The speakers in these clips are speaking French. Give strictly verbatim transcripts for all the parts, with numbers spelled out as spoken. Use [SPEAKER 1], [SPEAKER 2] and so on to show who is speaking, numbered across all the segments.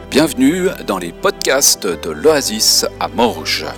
[SPEAKER 1] Bienvenue dans les podcasts de l'Oasis à Morges.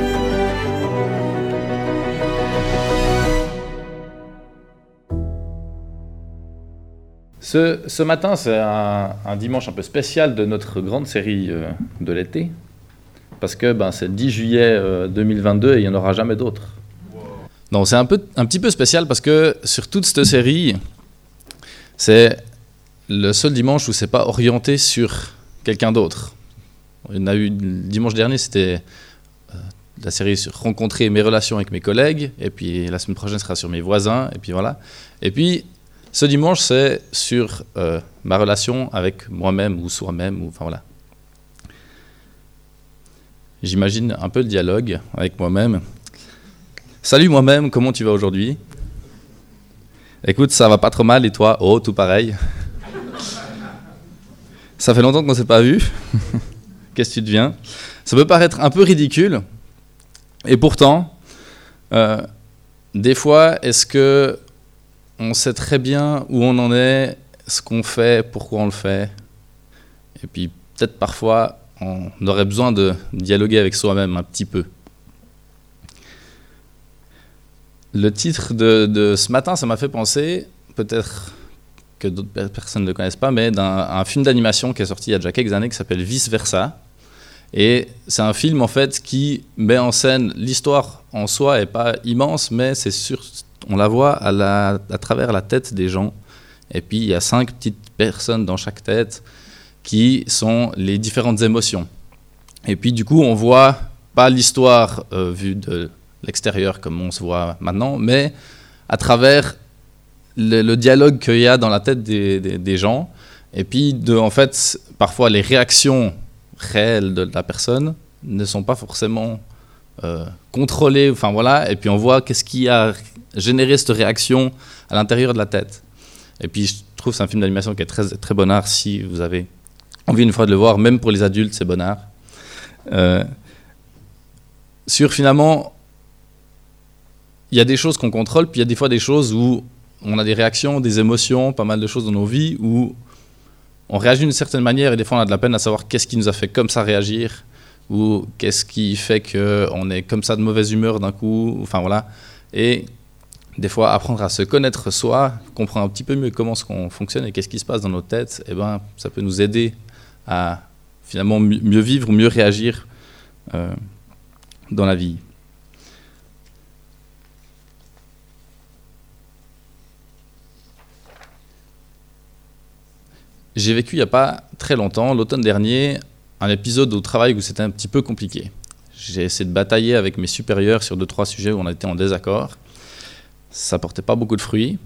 [SPEAKER 2] Ce, ce matin, c'est un, un dimanche un peu spécial de notre grande série euh, de l'été, parce que ben, c'est le dix juillet euh, deux mille vingt-deux et il n'y en aura jamais d'autres. Wow. Donc c'est un, peu, un petit peu spécial parce que sur toute cette série, c'est le seul dimanche où c'est pas orienté sur quelqu'un d'autre. Il y en a eu le dimanche dernier, c'était euh, la série sur rencontrer mes relations avec mes collègues, et puis la semaine prochaine sera sur mes voisins, et puis voilà. Et puis ce dimanche, c'est sur euh, ma relation avec moi-même ou soi-même, ou enfin voilà. J'imagine un peu le dialogue avec moi-même. Salut moi-même, comment tu vas aujourd'hui ? Écoute, ça va pas trop mal, et toi ? Oh, tout pareil. Ça fait longtemps qu'on ne s'est pas vu. Qu'est-ce que tu deviens ? Ça peut paraître un peu ridicule, et pourtant, euh, des fois, est-ce que on sait très bien où on en est, ce qu'on fait, pourquoi on le fait. Et puis peut-être parfois, on aurait besoin de dialoguer avec soi-même un petit peu. Le titre de, de ce matin, ça m'a fait penser, peut-être que d'autres personnes ne le connaissent pas, mais d'un un film d'animation qui est sorti il y a déjà quelques années qui s'appelle Vice Versa. Et c'est un film en fait qui met en scène l'histoire en soi, n'est pas immense, mais c'est sur on la voit à, la, à travers la tête des gens. Et puis, il y a cinq petites personnes dans chaque tête qui sont les différentes émotions. Et puis, du coup, on voit pas l'histoire euh, vue de l'extérieur comme on se voit maintenant, mais à travers le, le dialogue qu'il y a dans la tête des, des, des gens. Et puis, de, en fait, parfois, les réactions réelles de la personne ne sont pas forcément euh, contrôlées. Enfin, voilà. Et puis, on voit qu'est-ce qui a générer cette réaction à l'intérieur de la tête. Et puis je trouve que c'est un film d'animation qui est très, très bon art si vous avez envie une fois de le voir, même pour les adultes, c'est bon art. Euh, sur finalement, il y a des choses qu'on contrôle, puis il y a des fois des choses où on a des réactions, des émotions, pas mal de choses dans nos vies, où on réagit d'une certaine manière et des fois on a de la peine à savoir qu'est-ce qui nous a fait comme ça réagir, ou qu'est-ce qui fait qu'on est comme ça de mauvaise humeur d'un coup, enfin voilà. Et des fois, apprendre à se connaître soi, comprendre un petit peu mieux comment on fonctionne et qu'est-ce qui se passe dans nos têtes, eh ben, ça peut nous aider à finalement mieux vivre ou mieux réagir euh, dans la vie. J'ai vécu il n'y a pas très longtemps, l'automne dernier, un épisode au travail où c'était un petit peu compliqué. J'ai essayé de batailler avec mes supérieurs sur deux, trois sujets où on était en désaccord. Ça portait pas beaucoup de fruits.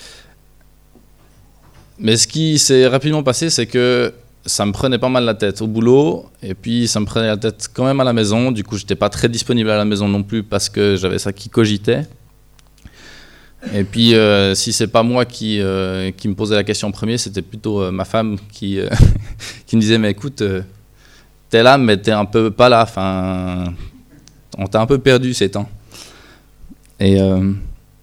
[SPEAKER 2] Mais ce qui s'est rapidement passé, c'est que ça me prenait pas mal la tête au boulot, et puis ça me prenait la tête quand même à la maison. Du coup, j'étais pas très disponible à la maison non plus parce que j'avais ça qui cogitait. Et puis, euh, si c'est pas moi qui, euh, qui me posait la question en premier, c'était plutôt euh, ma femme qui, euh, qui me disait « Mais écoute, euh, t'es là, mais t'es un peu pas là. Enfin, on t'a un peu perdu ces temps. » Et... Euh,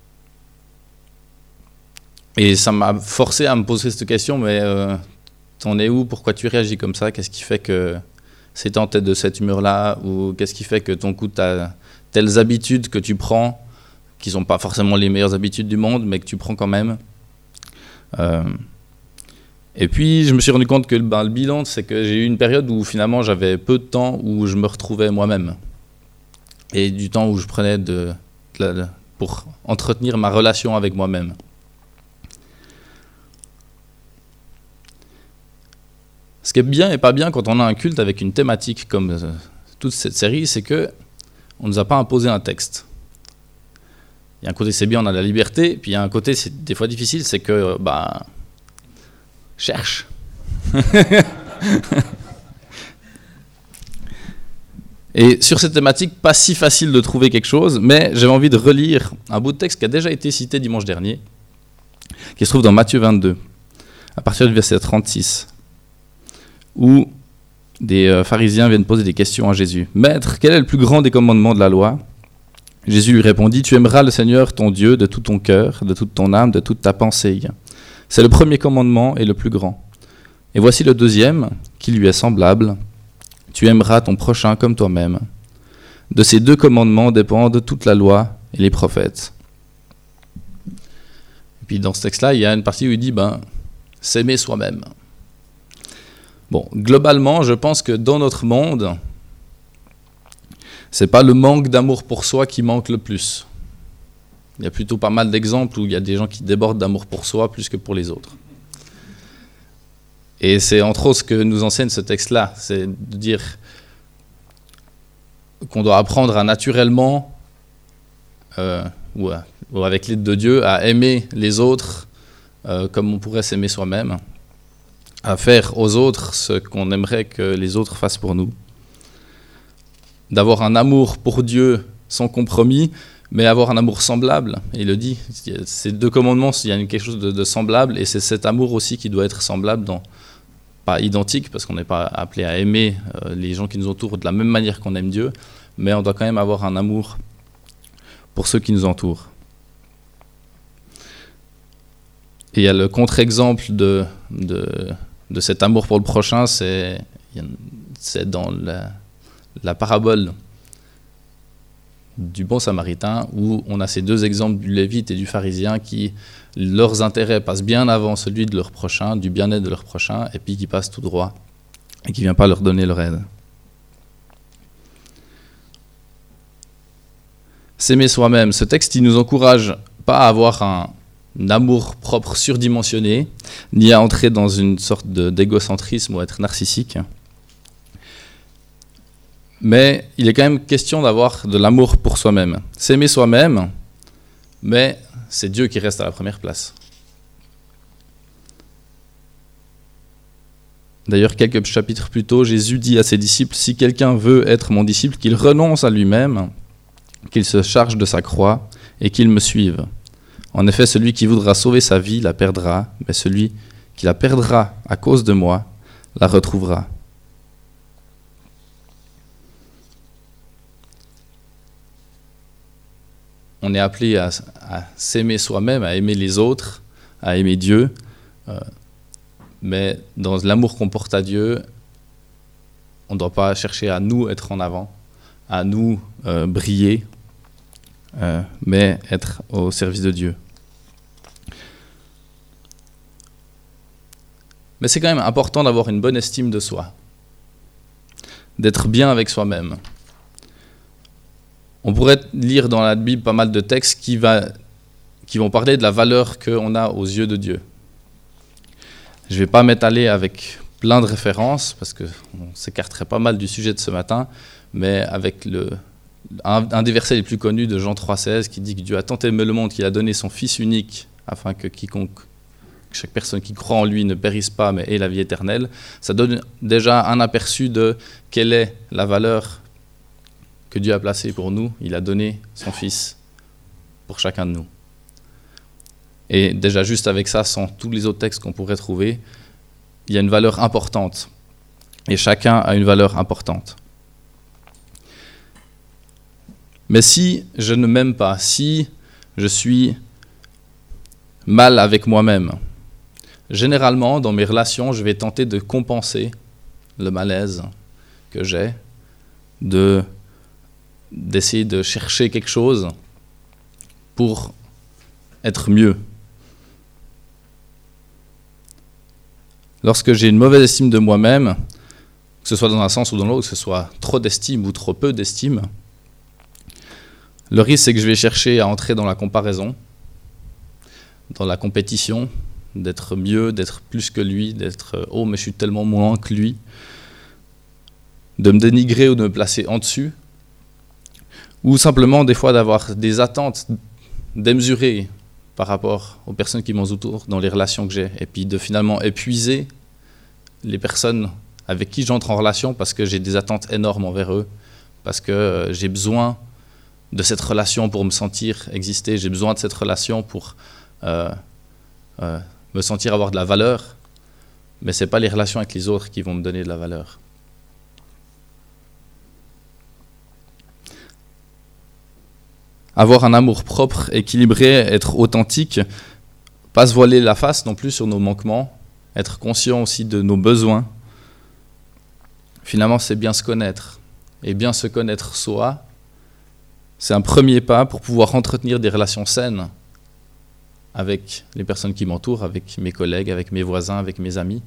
[SPEAKER 2] Et ça m'a forcé à me poser cette question, mais euh, t'en es où ? Pourquoi tu réagis comme ça ? Qu'est-ce qui fait que c'est en tête de cette humeur-là ? Ou qu'est-ce qui fait que ton coup, t'as telles habitudes que tu prends, qui ne sont pas forcément les meilleures habitudes du monde, mais que tu prends quand même ? euh, Et puis, je me suis rendu compte que ben, le bilan, c'est que j'ai eu une période où finalement, j'avais peu de temps où je me retrouvais moi-même. Et du temps où je prenais de, de, de, pour entretenir ma relation avec moi-même. Ce qui est bien et pas bien quand on a un culte avec une thématique comme euh, toute cette série, c'est que on ne nous a pas imposé un texte. Il y a un côté c'est bien, on a la liberté, puis il y a un côté c'est des fois difficile, c'est que bah cherche. Et sur cette thématique, pas si facile de trouver quelque chose, mais j'avais envie de relire un bout de texte qui a déjà été cité dimanche dernier, qui se trouve dans Matthieu vingt-deux, à partir du verset trente-six. Où des euh, pharisiens viennent poser des questions à Jésus. « Maître, quel est le plus grand des commandements de la loi ?» Jésus lui répondit « Tu aimeras le Seigneur ton Dieu de tout ton cœur, de toute ton âme, de toute ta pensée. C'est le premier commandement et le plus grand. Et voici le deuxième, qui lui est semblable. Tu aimeras ton prochain comme toi-même. De ces deux commandements dépendent toute la loi et les prophètes. Et puis dans ce texte-là, il y a une partie où il dit, ben, s'aimer soi-même. Bon, globalement, je pense que dans notre monde, c'est pas le manque d'amour pour soi qui manque le plus. Il y a plutôt pas mal d'exemples où il y a des gens qui débordent d'amour pour soi plus que pour les autres. Et c'est entre autres ce que nous enseigne ce texte-là, c'est de dire qu'on doit apprendre à naturellement, euh, ou, à, ou avec l'aide de Dieu, à aimer les autres euh, comme on pourrait s'aimer soi-même, à faire aux autres ce qu'on aimerait que les autres fassent pour nous, d'avoir un amour pour Dieu sans compromis, mais avoir un amour semblable. Il le dit, ces deux commandements, il y a quelque chose de, de semblable, et c'est cet amour aussi qui doit être semblable, dans, pas identique, parce qu'on n'est pas appelé à aimer euh, les gens qui nous entourent de la même manière qu'on aime Dieu, mais on doit quand même avoir un amour pour ceux qui nous entourent. Et il y a le contre-exemple de, de, de cet amour pour le prochain, c'est, c'est dans la, la parabole du bon samaritain, où on a ces deux exemples du lévite et du pharisien qui, leurs intérêts passent bien avant celui de leur prochain, du bien-être de leur prochain, et puis qui passent tout droit et qui ne vient pas leur donner leur aide. S'aimer soi-même, ce texte il nous encourage pas à avoir un, un amour propre surdimensionné, ni à entrer dans une sorte de, d'égocentrisme ou à être narcissique. Mais il est quand même question d'avoir de l'amour pour soi-même. S'aimer soi-même, mais c'est Dieu qui reste à la première place. D'ailleurs, quelques chapitres plus tôt, Jésus dit à ses disciples, « Si quelqu'un veut être mon disciple, qu'il renonce à lui-même, qu'il se charge de sa croix et qu'il me suive. En effet, celui qui voudra sauver sa vie la perdra, mais celui qui la perdra à cause de moi la retrouvera. » On est appelé à, à s'aimer soi-même, à aimer les autres, à aimer Dieu. Euh, mais dans l'amour qu'on porte à Dieu, on ne doit pas chercher à nous être en avant, à nous euh, briller, euh, mais être au service de Dieu. Mais c'est quand même important d'avoir une bonne estime de soi, d'être bien avec soi-même. On pourrait lire dans la Bible pas mal de textes qui, va, qui vont parler de la valeur qu'on a aux yeux de Dieu. Je ne vais pas m'étaler avec plein de références, parce qu'on s'écarterait pas mal du sujet de ce matin, mais avec le, un, un des versets les plus connus de Jean trois seize qui dit que Dieu a tant aimé le monde qu'il a donné son Fils unique, afin que quiconque, que chaque personne qui croit en lui ne périsse pas, mais ait la vie éternelle. Ça donne déjà un aperçu de quelle est la valeur que Dieu a placé pour nous. Il a donné son Fils pour chacun de nous. Et déjà juste avec ça, sans tous les autres textes qu'on pourrait trouver, il y a une valeur importante. Et chacun a une valeur importante. Mais si je ne m'aime pas, si je suis mal avec moi-même, généralement, dans mes relations, je vais tenter de compenser le malaise que j'ai, de d'essayer de chercher quelque chose pour être mieux. Lorsque j'ai une mauvaise estime de moi-même, que ce soit dans un sens ou dans l'autre, que ce soit trop d'estime ou trop peu d'estime, le risque c'est que je vais chercher à entrer dans la comparaison, dans la compétition, d'être mieux, d'être plus que lui, d'être « oh mais je suis tellement moins que lui », de me dénigrer ou de me placer en dessus, ou simplement des fois d'avoir des attentes démesurées par rapport aux personnes qui m'entourent dans les relations que j'ai, et puis de finalement épuiser les personnes avec qui j'entre en relation parce que j'ai des attentes énormes envers eux, parce que j'ai besoin de cette relation pour me sentir exister, j'ai besoin de cette relation pour euh, euh, me sentir avoir de la valeur, mais ce n'est pas les relations avec les autres qui vont me donner de la valeur. Avoir un amour propre, équilibré, être authentique, pas se voiler la face non plus sur nos manquements, être conscient aussi de nos besoins. Finalement, c'est bien se connaître. Et bien se connaître soi, c'est un premier pas pour pouvoir entretenir des relations saines avec les personnes qui m'entourent, avec mes collègues, avec mes voisins, avec mes amis.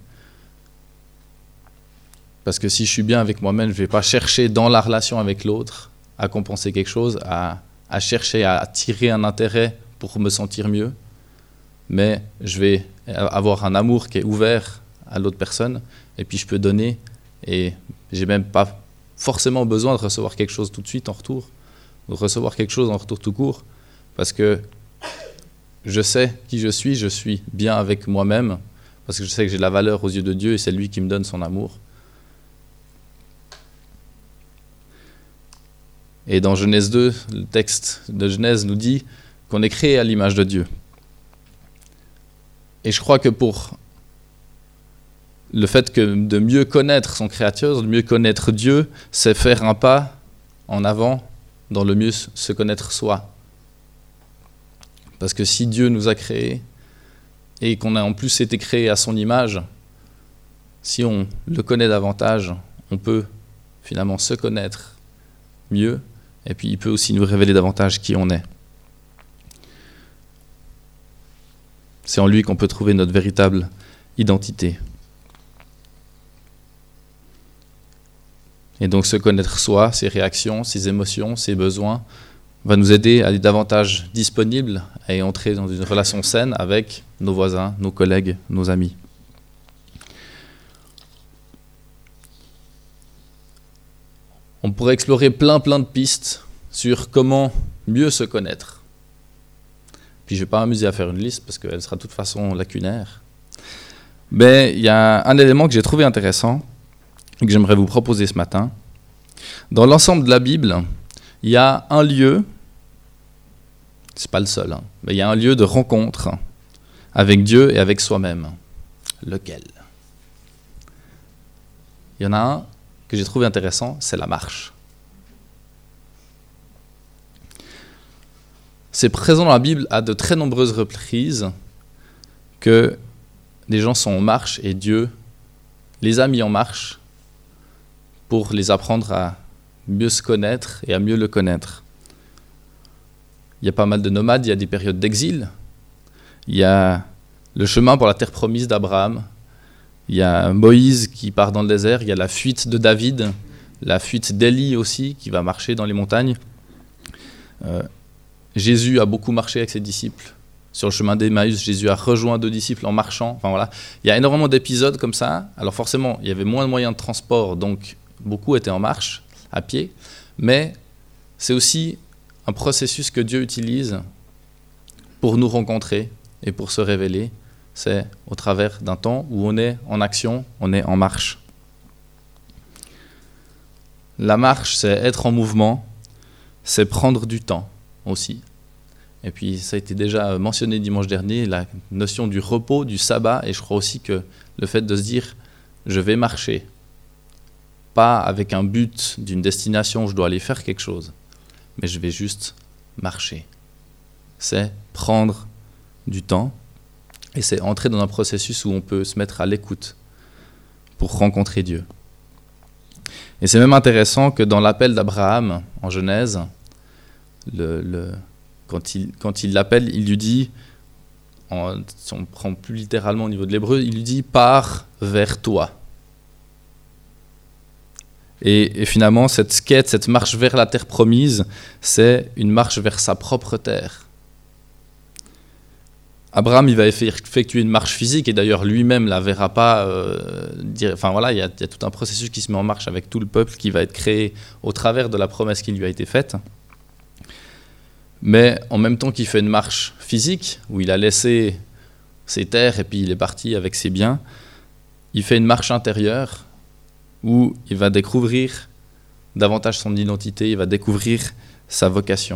[SPEAKER 2] Parce que si je suis bien avec moi-même, je ne vais pas chercher dans la relation avec l'autre à compenser quelque chose, à, à chercher à tirer un intérêt pour me sentir mieux, mais je vais avoir un amour qui est ouvert à l'autre personne, et puis je peux donner, et j'ai même pas forcément besoin de recevoir quelque chose tout de suite en retour, de recevoir quelque chose en retour tout court, parce que je sais qui je suis, je suis bien avec moi-même, parce que je sais que j'ai de la valeur aux yeux de Dieu, et c'est lui qui me donne son amour. Et dans Genèse deux, le texte de Genèse nous dit qu'on est créé à l'image de Dieu. Et je crois que pour le fait que de mieux connaître son Créateur, de mieux connaître Dieu, c'est faire un pas en avant dans le mieux se connaître soi. Parce que si Dieu nous a créés et qu'on a en plus été créé à son image, si on le connaît davantage, on peut finalement se connaître mieux, et puis il peut aussi nous révéler davantage qui on est. C'est en lui qu'on peut trouver notre véritable identité. Et donc se connaître soi, ses réactions, ses émotions, ses besoins, va nous aider à être davantage disponibles et entrer dans une relation saine avec nos voisins, nos collègues, nos amis. On pourrait explorer plein plein de pistes sur comment mieux se connaître. Puis je ne vais pas m'amuser à faire une liste parce qu'elle sera de toute façon lacunaire. Mais il y a un élément que j'ai trouvé intéressant et que j'aimerais vous proposer ce matin. Dans l'ensemble de la Bible, il y a un lieu, c'est pas le seul, hein, mais il y a un lieu de rencontre avec Dieu et avec soi-même. Lequel ? Il y en a un que j'ai trouvé intéressant, c'est la marche. C'est présent dans la Bible à de très nombreuses reprises que les gens sont en marche et Dieu les a mis en marche pour les apprendre à mieux se connaître et à mieux le connaître. Il y a pas mal de nomades, il y a des périodes d'exil, il y a le chemin pour la terre promise d'Abraham, il y a Moïse qui part dans le désert, il y a la fuite de David, la fuite d'Élie aussi qui va marcher dans les montagnes. Euh, Jésus a beaucoup marché avec ses disciples. Sur le chemin d'Emmaüs, Jésus a rejoint deux disciples en marchant. Enfin, voilà. Il y a énormément d'épisodes comme ça. Alors forcément, il y avait moins de moyens de transport, donc beaucoup étaient en marche, à pied. Mais c'est aussi un processus que Dieu utilise pour nous rencontrer et pour se révéler. C'est au travers d'un temps où on est en action, on est en marche. La marche, c'est être en mouvement, c'est prendre du temps aussi. Et puis ça a été déjà mentionné dimanche dernier, la notion du repos, du sabbat, et je crois aussi que le fait de se dire « je vais marcher », pas avec un but d'une destination, je dois aller faire quelque chose, mais je vais juste marcher. C'est prendre du temps, et c'est entrer dans un processus où on peut se mettre à l'écoute pour rencontrer Dieu. Et c'est même intéressant que dans l'appel d'Abraham en Genèse, le, le, quand, il, quand il l'appelle, il lui dit, en, si on prend plus littéralement au niveau de l'hébreu, il lui dit « pars vers toi ». Et, et finalement, cette quête, cette marche vers la terre promise, c'est une marche vers sa propre terre. Abraham, il va effectuer une marche physique, et d'ailleurs lui-même ne la verra pas. Euh, dire, enfin voilà, il y, a, il y a tout un processus qui se met en marche avec tout le peuple qui va être créé au travers de la promesse qui lui a été faite. Mais en même temps qu'il fait une marche physique, où il a laissé ses terres et puis il est parti avec ses biens, il fait une marche intérieure où il va découvrir davantage son identité, il va découvrir sa vocation.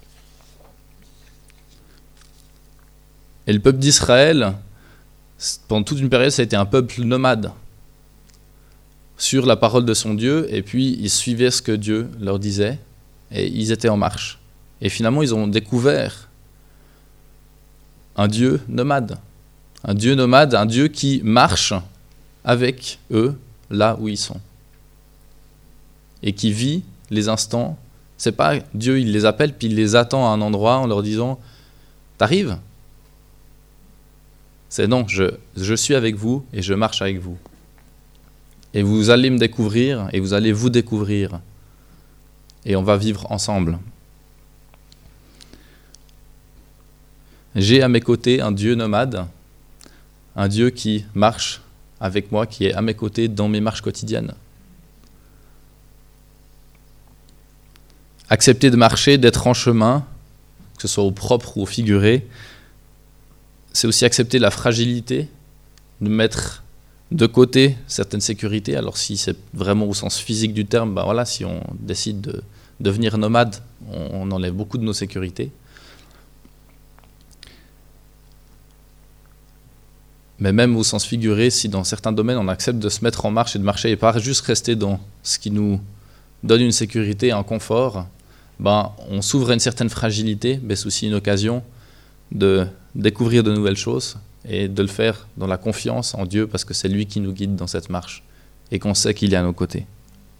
[SPEAKER 2] Et le peuple d'Israël, pendant toute une période, ça a été un peuple nomade sur la parole de son Dieu, et puis ils suivaient ce que Dieu leur disait, et ils étaient en marche. Et finalement, ils ont découvert un Dieu nomade. Un Dieu nomade, un Dieu qui marche avec eux là où ils sont. Et qui vit les instants. C'est pas Dieu, il les appelle, puis il les attend à un endroit en leur disant « T'arrives ?» C'est non, je, je suis avec vous et je marche avec vous. Et vous allez me découvrir et vous allez vous découvrir. Et on va vivre ensemble. J'ai à mes côtés un Dieu nomade, un Dieu qui marche avec moi, qui est à mes côtés dans mes marches quotidiennes. Accepter de marcher, d'être en chemin, que ce soit au propre ou au figuré, c'est aussi accepter la fragilité, de mettre de côté certaines sécurités. Alors si c'est vraiment au sens physique du terme, ben voilà, si on décide de devenir nomade, on, on enlève beaucoup de nos sécurités. Mais même au sens figuré, si dans certains domaines on accepte de se mettre en marche et de marcher et pas juste rester dans ce qui nous donne une sécurité, un confort, ben on s'ouvre à une certaine fragilité, mais c'est aussi une occasion de découvrir de nouvelles choses et de le faire dans la confiance en Dieu parce que c'est lui qui nous guide dans cette marche et qu'on sait qu'il est à nos côtés.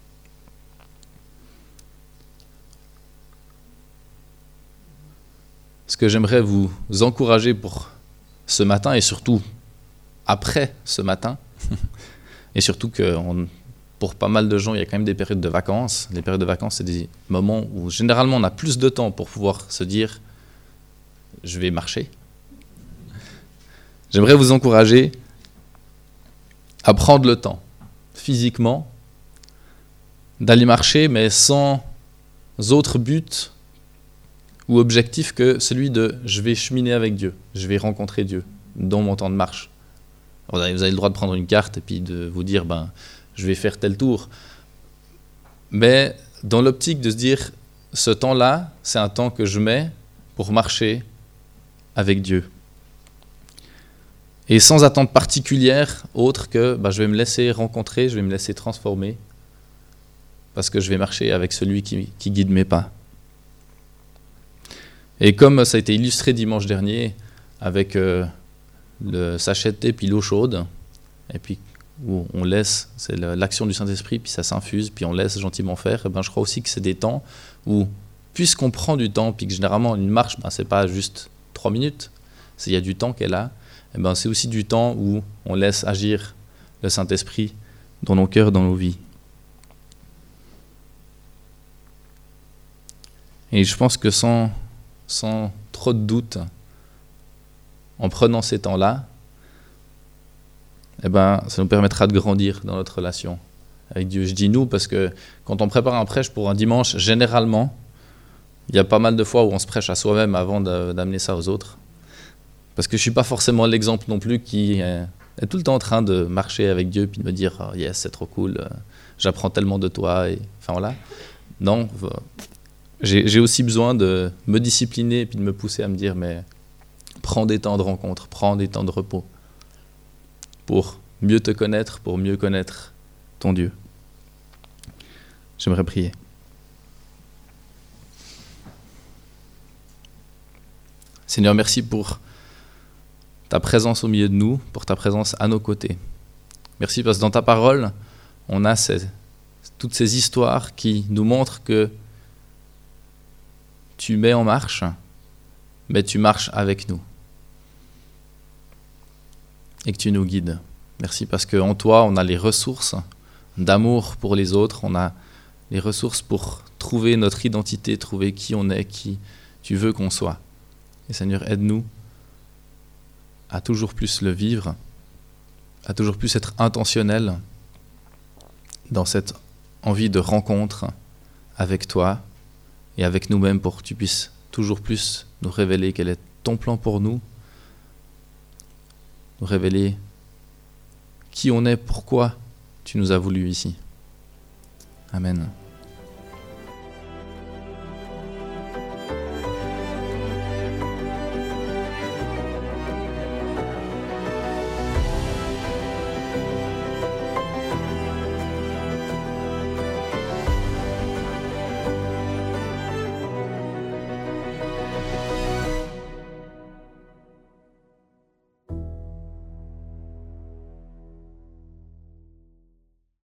[SPEAKER 2] Ce que j'aimerais vous encourager pour ce matin et surtout après ce matin, et surtout que on, pour pas mal de gens, il y a quand même des périodes de vacances. Les périodes de vacances, c'est des moments où généralement on a plus de temps pour pouvoir se dire « je vais marcher ». J'aimerais vous encourager à prendre le temps, physiquement, d'aller marcher, mais sans autre but ou objectif que celui de « je vais cheminer avec Dieu, je vais rencontrer Dieu dans mon temps de marche ». Vous avez, vous avez le droit de prendre une carte et puis de vous dire ben, « je vais faire tel tour ». Mais dans l'optique de se dire « ce temps-là, c'est un temps que je mets pour marcher avec Dieu ». Et sans attente particulière, autre que ben, je vais me laisser rencontrer, je vais me laisser transformer, parce que je vais marcher avec celui qui, qui guide mes pas. Et comme ça a été illustré dimanche dernier, avec euh, le sachet de thé puis l'eau chaude, et puis où on laisse, c'est l'action du Saint-Esprit, puis ça s'infuse, puis on laisse gentiment faire, et ben, je crois aussi que c'est des temps où, puisqu'on prend du temps, puis que généralement une marche, ben, c'est pas juste trois minutes, il y a du temps qu'elle a, et ben, c'est aussi du temps où on laisse agir le Saint-Esprit dans nos cœurs, dans nos vies. Et je pense que sans, sans trop de doute, en prenant ces temps-là, eh ben, ça nous permettra de grandir dans notre relation avec Dieu. Je dis nous parce que quand on prépare un prêche pour un dimanche, généralement, il y a pas mal de fois où on se prêche à soi-même avant de, d'amener ça aux autres. Parce que je ne suis pas forcément l'exemple non plus qui est, est tout le temps en train de marcher avec Dieu puis de me dire oh, « yes, c'est trop cool, j'apprends tellement de toi ». Et, enfin voilà. Non, j'ai, j'ai aussi besoin de me discipliner et puis de me pousser à me dire « mais prends des temps de rencontre, prends des temps de repos pour mieux te connaître, pour mieux connaître ton Dieu ». J'aimerais prier. Seigneur, merci pour ta présence au milieu de nous, pour ta présence à nos côtés. Merci parce que dans ta parole, on a ces, toutes ces histoires qui nous montrent que tu mets en marche, mais tu marches avec nous. Et que tu nous guides. Merci parce qu'en toi, on a les ressources d'amour pour les autres, on a les ressources pour trouver notre identité, trouver qui on est, qui tu veux qu'on soit. Et Seigneur, aide-nous à toujours plus le vivre, à toujours plus être intentionnel dans cette envie de rencontre avec toi et avec nous-mêmes pour que tu puisses toujours plus nous révéler quel est ton plan pour nous, nous révéler qui on est, pourquoi tu nous as voulu ici. Amen.